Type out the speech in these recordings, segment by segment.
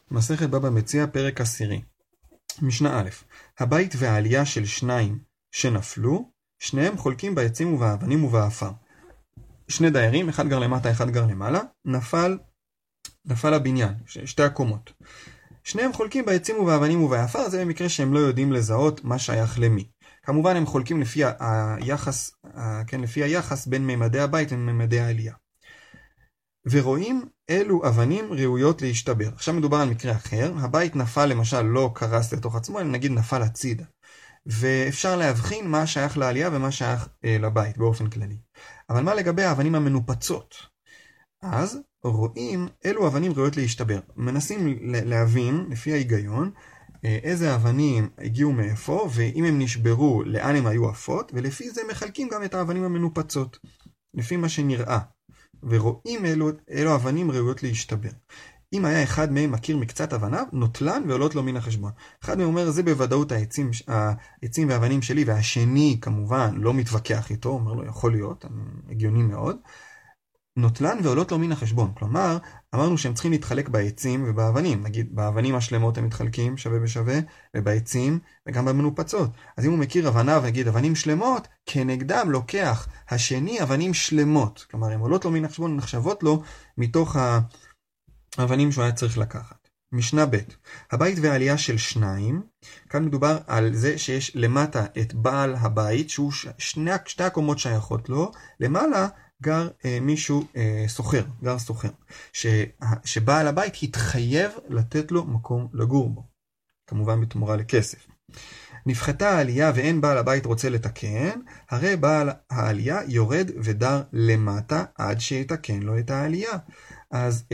מסכת בבא מציעא, פרק 10. משנה א', הבית והעלייה של שניים שנפלו, שניהם חולקים בעצים ובאבנים ובאפר. שני דיירים, אחד גר למטה, אחד גר למעלה, נפל הבניין, שתי הקומות. שניהם חולקים בעצים ובאבנים ובאפר, זה במקרה שהם לא יודעים לזהות מה שייך למי. כמובן הם חולקים לפי היחס בין ממדי הבית וממדי העלייה. ורואים אילו אבנים ראויות להשתבר. עכשיו מדובר על מקרה אחר, הבית נפל למשל לא קרס לתוך עצמו, אלא נגיד נפל הצידה. ואפשר להבחין מה שייך לעלייה ומה שייך לבית באופן כללי. אבל מה לגבי האבנים המנופצות? אז רואים אילו אבנים ראויות להשתבר. מנסים להבין לפי ההיגיון איזה אבנים הגיעו מאיפה, ואם הם נשברו לאן הם היו עפות, ולפי זה מחלקים גם את האבנים המנופצות, לפי מה שנראה. ורואים אילו אבנים ראויות להשתבר. אם היה אחד מהם מכיר מקצת אבניו, נוטלן ועולות לו מן החשבון. אחד מהם אומר, זה בוודאות העצים והאבנים שלי, והשני כמובן לא מתווכח איתו, אומר לו, יכול להיות, הגיוני מאוד. נוטלן ועולות לו מן החשבון. כלומר, אמרנו שהם צריכים להתחלק בעצים ובאבנים. נגיד, באבנים השלמות הם מתחלקים שווה בשווה, ובעצים וגם במנופצות. אז אם הוא מכיר אבניו, נגיד, אבנים שלמות, כנגדם לוקח השני אבנים שלמות. כלומר, הם עולות לו מן החשבון, נחשבות לו מתוך האבנים שהוא היה צריך לקחת. משנה ב', הבית והעלייה של שניים, כאן מדובר על זה שיש למטה את בעל הבית, שהוא שתי הקומות שייכות לו, למעלה גר מישהו סוחר, גר סוחר, שבעל הבית התחייב לתת לו מקום לגור בו, כמובן בתמורה לכסף. נפחתה העלייה ואין בעל הבית רוצה לתקן, הרי בעל העלייה יורד ודר למטה עד שיתקן לו את העלייה. אז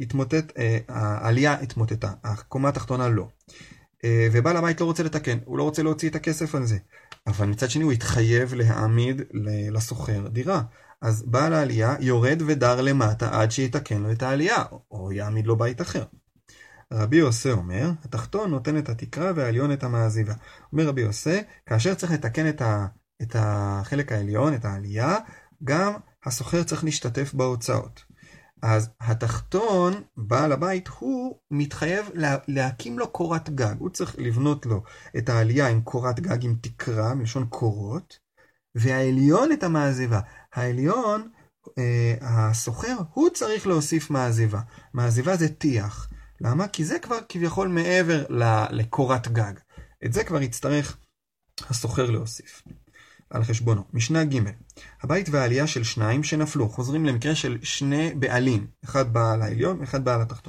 העלייה התמוטטה, הקומה התחתונה לא. ובעל הבית לא רוצה לתקן, הוא לא רוצה להוציא את הכסף על זה. אבל מצד שני הוא התחייב להעמיד לסוחר דירה. אז בעל העלייה יורד ודר למטה עד שיתקן לו את העלייה, או יעמיד לו בית אחר. רבי יוסי אומר, התחתון נותן את התקרה והעליון את המעזיבה. אומר רבי יוסי, כאשר צריך לתקן את החלק העליון, את העלייה, גם הסוחר צריך להשתתף בהוצאות. אז התחתון, בעל הבית, הוא מתחייב להקים לו קורת גג. הוא צריך לבנות לו את העלייה עם קורת גג, עם תקרה, מלשון קורות, והעליון את המעזיבה. העליון, הסוחר, הוא צריך להוסיף מעזיבה. מעזיבה זה טיח. למה? כי זה כבר כביכול מעבר לקורת גג. את זה כבר יצטרך הסוחר להוסיף. על חשבונו. משנה ג', הבית והעלייה של שניים שנפלו. חוזרים למקרה של שני בעלים. אחד בעל העליון, אחד בעל התחתון.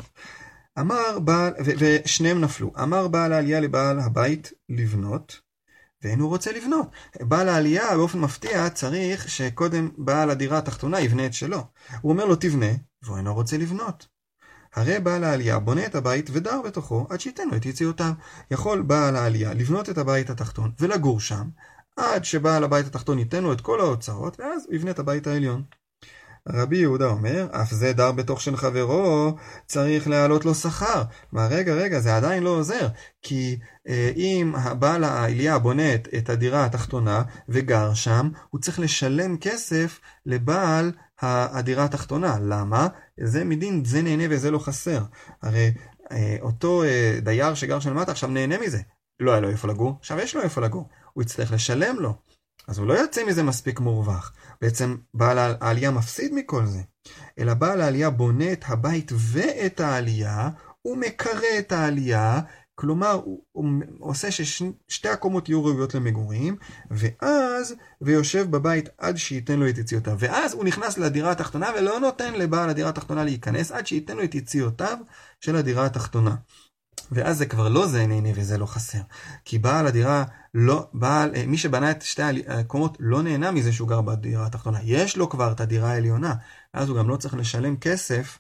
ושניהם נפלו. אמר בעל העלייה לבעל הבית לבנות, ואין הוא רוצה לבנות. בעל העלייה באופן מפתיע צריך שקודם בעל הדירה התחתונה יבנה את שלו. הוא אומר לו תבנה, והוא אינו רוצה לבנות. הרי בעל העלייה בונה את הבית ודר בתוכו עד שייתן לו את יציאותיו. יכול בעל העלייה לבנות את הבית התחתון ולגור שם, עד שבעל הבית התחתון ייתן לו את כל ההוצאות, ואז הוא יבנה את הבית העליון. רבי יהודה אומר, אף זה דר בתוך של חברו, צריך להעלות לו שכר. מה, רגע, זה עדיין לא עוזר, כי אם בעל העלייה בונה את הדירה התחתונה וגר שם, הוא צריך לשלם כסף לבעל הדירה התחתונה. למה? זה מדין, זה נהנה וזה לא חסר. הרי אותו דייר שגר של מטה עכשיו נהנה מזה. לא היה לו איפה לגור, עכשיו יש לו איפה לגור. הוא יצטרך לשלם לו. אז הוא לא יוצא מזה מספיק מורווח. בעצם בעל העלייה מפסיד מכל זה. אלא בעל העלייה בונה את הבית ואת העלייה, הוא מקרה את העלייה, כלומר הוא עושה ששתי הקומות יהיו ראויות למגורים, ואז ויושב בבית עד שייתן לו את יציאותיו. ואז הוא נכנס לדירה התחתונה ולא נותן לבעל הדירה התחתונה להיכנס עד שייתן לו את יציאותיו של הדירה התחתונה. ואז זה כבר לא זה נהנה וזה לא חסר. כי בעל הדירה, מי שבנה את שתי הקומות לא נהנה מזה שהוא גר בדירה התחתונה. יש לו כבר את הדירה העליונה. אז הוא גם לא צריך לשלם כסף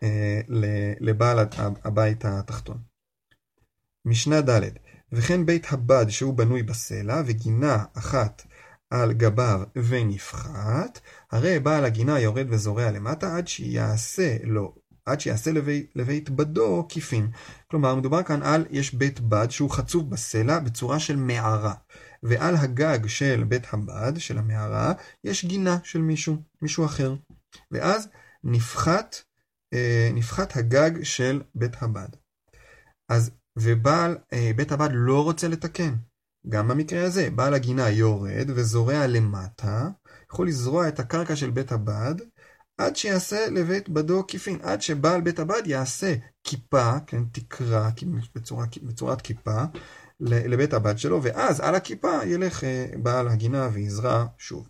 לבעל הבית התחתון. משנה ד', וכן בית הבד שהוא בנוי בסלע וגינה אחת על גביו ונפחת, הרי בעל הגינה יורד וזורע למטה עד שיעשה לבית בדו כיפים. כלומר, מדובר כאן יש בית בד שהוא חצוב בסלע בצורה של מערה, ועל הגג של בית הבד, של המערה, יש גינה של מישהו אחר. ואז נפחת הגג של בית הבד. ובעל בית הבד לא רוצה לתקן. גם במקרה הזה, בעל הגינה יורד וזורע למטה, יכול לזרוע את הקרקע של בית הבד, עד שיעשה לבית בדו כיפין, עד שבעל בית הבד יעשה כיפה, כן, תקרה, בצורת כיפה, לבית הבד שלו, ואז על הכיפה ילך בעל הגינה ויזרע שוב.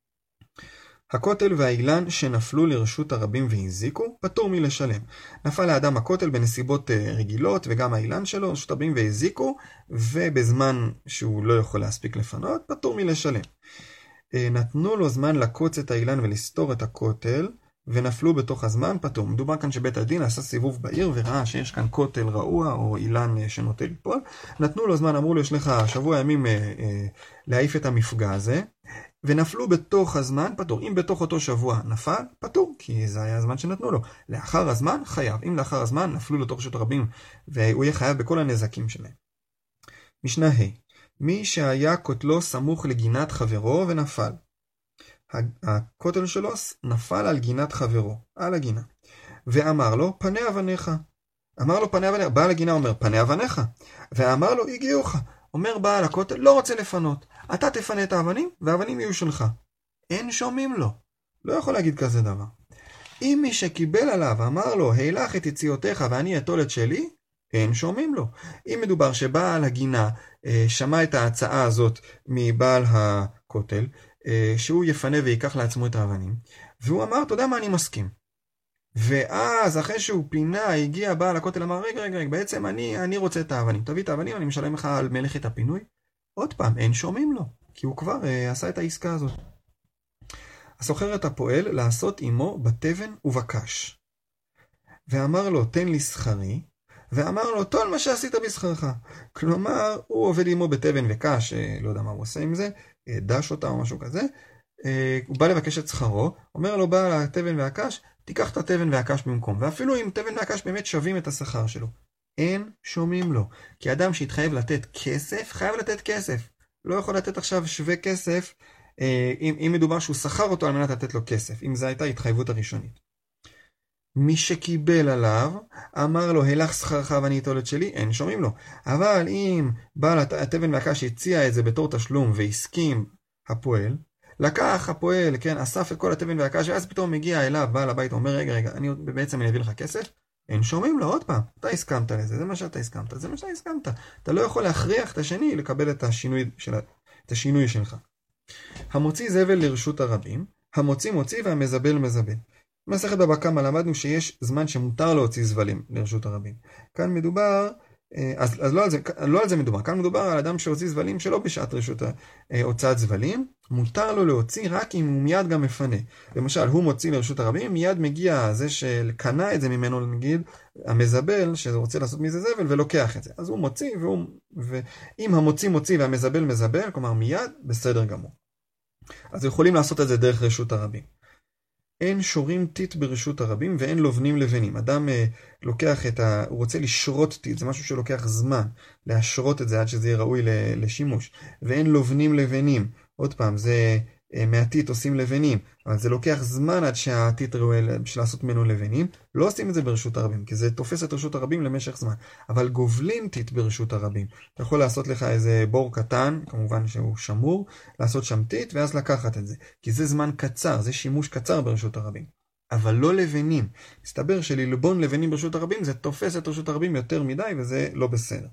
הכותל והאילן שנפלו לרשות הרבים והזיקו, פטור מלשלם. נפל לאדם הכותל בנסיבות רגילות, וגם האילן שלו, רשות הרבים והזיקו, ובזמן שהוא לא יכול להספיק לפנות, פטור מלשלם. נתנו לו זמן לקוץ את האילן ולסתור את הכותל, ונפלו בתוך הזמן, פטור. מדובר כאן שבית הדין עשה סיבוב בעיר, וראה שיש כאן כותל רעוע, או אילן שנוטה ליפול. נתנו לו זמן, אמרו לו, יש לך שבוע ימים להעיף את המפגע הזה, ונפלו בתוך הזמן, פטור. אם בתוך אותו שבוע נפל, פטור, כי זה היה הזמן שנתנו לו. לאחר הזמן, חייב. אם לאחר הזמן נפלו לתוך רשות הרבים, והוא יהיה חייב בכל הנזקים שלהם. משנה ה' מי שהיה כותלו סמוך לגינת חברו ונפל. הכותל שלו נפל על גינת חברו, על הגינה. ואמר לו, פני אבניך. אמר לו, פני אבניך. בעל הגינה אומר, פני אבניך. ואמר לו, הגיעוך. אומר בעל הכותל, לא רוצה לפנות. אתה תפנה את האבנים, והאבנים יהיו שלך. אין שומעים לו. לא יכול להגיד כזה דבר. אם מי שקיבל עליו אמר לו, הילך את יציאותיך ואני אטול את שלי, אין שומעים לו. אם מדובר שבעל הגינה שמע את ההצעה הזאת מבעל הכותל, שהוא יפנה ויקח לעצמו את האבנים, והוא אמר, אתה יודע מה, אני מסכים. ואז אחרי שהוא פינה, הגיע בעל הכותל, אמר, רגע, בעצם אני רוצה את האבנים. תביא את האבנים, אני משלם לך על מלאכת הפינוי. עוד פעם, אין שומעים לו, כי הוא כבר עשה את העסקה הזאת. הסוחר את הפועל לעשות עמו בתבן ובקש. ואמר לו, תן לי שכרי, ואמר לו, תול מה שעשית בשכרך. כלומר, הוא עובד עמו בתבן וקש, לא יודע מה הוא עושה עם זה, דש אותה או משהו כזה, הוא בא לבקש את שכרו, אומר לו, בעל התבן והקש, תיקח את התבן והקש במקום. ואפילו אם תבן והקש באמת שווים את השכר שלו, אין שומעים לו. כי אדם שהתחייב לתת כסף, חייב לתת כסף. לא יכול לתת עכשיו שווה כסף, אם מדובר שהוא שכר אותו על מנת לתת לו כסף, אם זו הייתה התחייבות הראשונית. מי שקיבל עליו, אמר לו, הלך שכרך ואני אטול את שלי, אין שומעים לו. אבל אם בעל התבן והקש הציע את זה בתור תשלום והסכים הפועל, לקח הפועל, כן, אסף את כל התבן והקש, ואז פתאום מגיע אליו, בעל הבית אומר, רגע, בעצם אני אביא לך כסף, אין שומעים לו, עוד פעם, אתה הסכמת לזה, זה מה שאתה הסכמת, זה מה שאתה הסכמת. אתה לא יכול להכריח את השני לקבל את השינוי שלך. המוציא זבל לרשות הרבים, המוציא מוציא והמזבל מזבל. במסכת בבא קמא למדנו שיש זמן שמותר להוציא זבלים לרשות הרבים. כאן מדובר, אז לא על זה מדובר, כאן מדובר על אדם שהוציא זבלים שלא בשעת רשות הוצאת זבלים, מותר לו להוציא רק אם הוא מיד גם מפנה. למשל, הוא מוציא לרשות הרבים, מיד מגיע זה שקנה את זה ממנו, נגיד, המזבל, שרוצה לעשות מזה זבל, ולוקח את זה. אז הוא מוציא, ואם המוציא מוציא והמזבל מזבל, כלומר מיד, בסדר גמור. אז יכולים לעשות את זה דרך רשות הרבים. אין שורים טיט ברשות הרבים ואין לובנים לבנים. אדם לוקח הוא רוצה לשרות טיט, זה משהו שלוקח זמן, להשרות את זה עד שזה יהיה ראוי לשימוש. ואין לובנים לבנים, עוד פעם, זה מהטיט עושים לבנים, אבל זה לוקח זמן עד שהטיט ראוי בשביל לעשות ממנו לבנים. לא עושים את זה ברשות הרבים, כי זה תופס את רשות הרבים למשך זמן. אבל גובלים טיט ברשות הרבים. אתה יכול לעשות לך איזה בור קטן, כמובן שהוא שמור, לעשות שם טיט, ואז לקחת את זה. כי זה זמן קצר, זה שימוש קצר ברשות הרבים. אבל לא לבנים. מסתבר שללבון לבנים ברשות הרבים, זה תופס את רשות הרבים יותר מדי, וזה לא בסדר.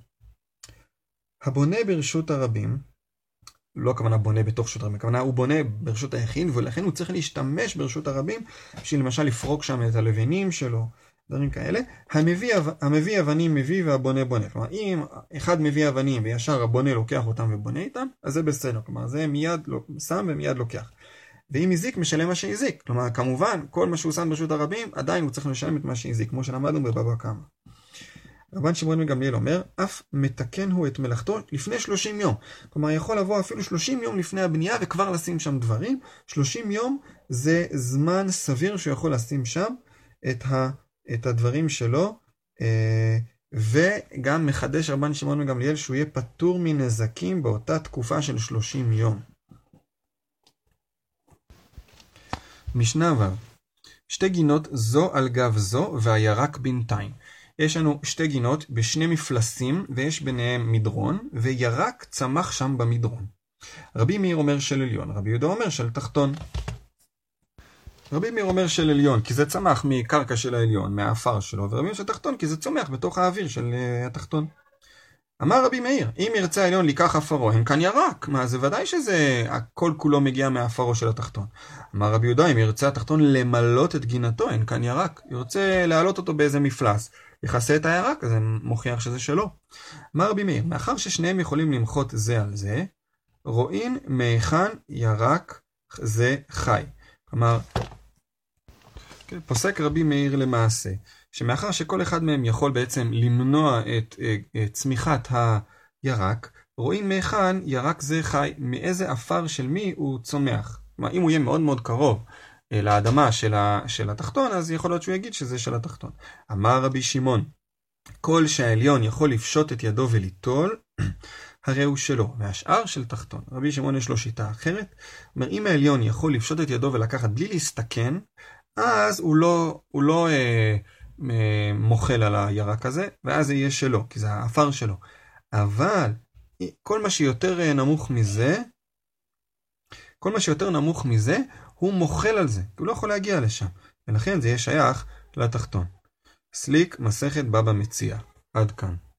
הבונה ברשות הרבים, לא הכוונה בונה בתוך רשות הרבים, הכוונה הוא בונה ברשות היחיד, ולכן הוא צריך להשתמש ברשות הרבים, בשביל למשל לפרוק שם את הלבנים שלו, דברים כאלה. המביא אבנים מביא והבונה בונה. כלומר, אם אחד מביא אבנים וישר הבונה לוקח אותם ובונה איתם, אז זה בסדר. כלומר, זה מיד שם ומיד לוקח. ואם הזיק, משלם מה שהזיק. כלומר, כמובן, כל מה שהוא שם ברשות הרבים, עדיין הוא צריך לשלם את מה שהזיק, כמו שלמדנו בבבא קמא. רבן שמעון בן גמליאל אומר, אף מתקן הוא את מלאכתו לפני 30 יום. כלומר, יכול לבוא אפילו 30 יום לפני הבנייה וכבר לשים שם דברים. 30 יום זה זמן סביר שהוא יכול לשים שם את הדברים שלו, וגם מחדש רבן שמעון בן גמליאל שהוא יהיה פטור מנזקים באותה תקופה של 30 יום. משנה ו' שתי גינות זו על גב זו והירק בינתיים. יש לנו שתי גינות בשני מפלסים, ויש ביניהם מדרון, וירק צמח שם במדרון. רבי מאיר אומר של עליון, רבי יהודה אומר של תחתון. רבי מאיר אומר של עליון, כי זה צמח מקרקע של העליון, מהאפר שלו, ורבי מאיר של תחתון, כי זה צומח בתוך האוויר של התחתון. אמר רבי מאיר, אם ירצה העליון לקח אפרו, הם כאן ירק. מה, זה ודאי שזה הכל כולו מגיע מהאפרו של התחתון. אמר רבי יהודה, אם ירצה התחתון למלות את גינתו, אין כאן ירק. ירצה להעלות אותו באיזה מפלס, יכסה את הירק, אז זה מוכיח שזה שלו. אמר רבי מאיר, מאחר ששניהם יכולים למחות זה על זה, רואים מהיכן ירק זה חי. כלומר, פוסק רבי מאיר למעשה, שמאחר שכל אחד מהם יכול בעצם למנוע את צמיחת הירק, רואים מהיכן ירק זה חי, מאיזה אפר של מי הוא צומח. כלומר, אם הוא יהיה מאוד מאוד קרוב לאדמה של התחתון, אז יכול להיות שהוא יגיד שזה של התחתון. אמר רבי שמעון, כל שהעליון יכול לפשוט את ידו וליטול, הרי הוא שלו, והשאר של תחתון. רבי שמעון יש לו שיטה אחרת, אומר, אם העליון יכול לפשוט את ידו ולקחת בלי להסתכן, אז הוא לא מוחל על הירק הזה, ואז זה יהיה שלו, כי זה האפר שלו. אבל כל מה שיותר נמוך מזה, הוא מוחל על זה, הוא לא יכול להגיע לשם, ולכן זה יהיה שייך לתחתון. סליק מסכת בבא מציעא. עד כאן.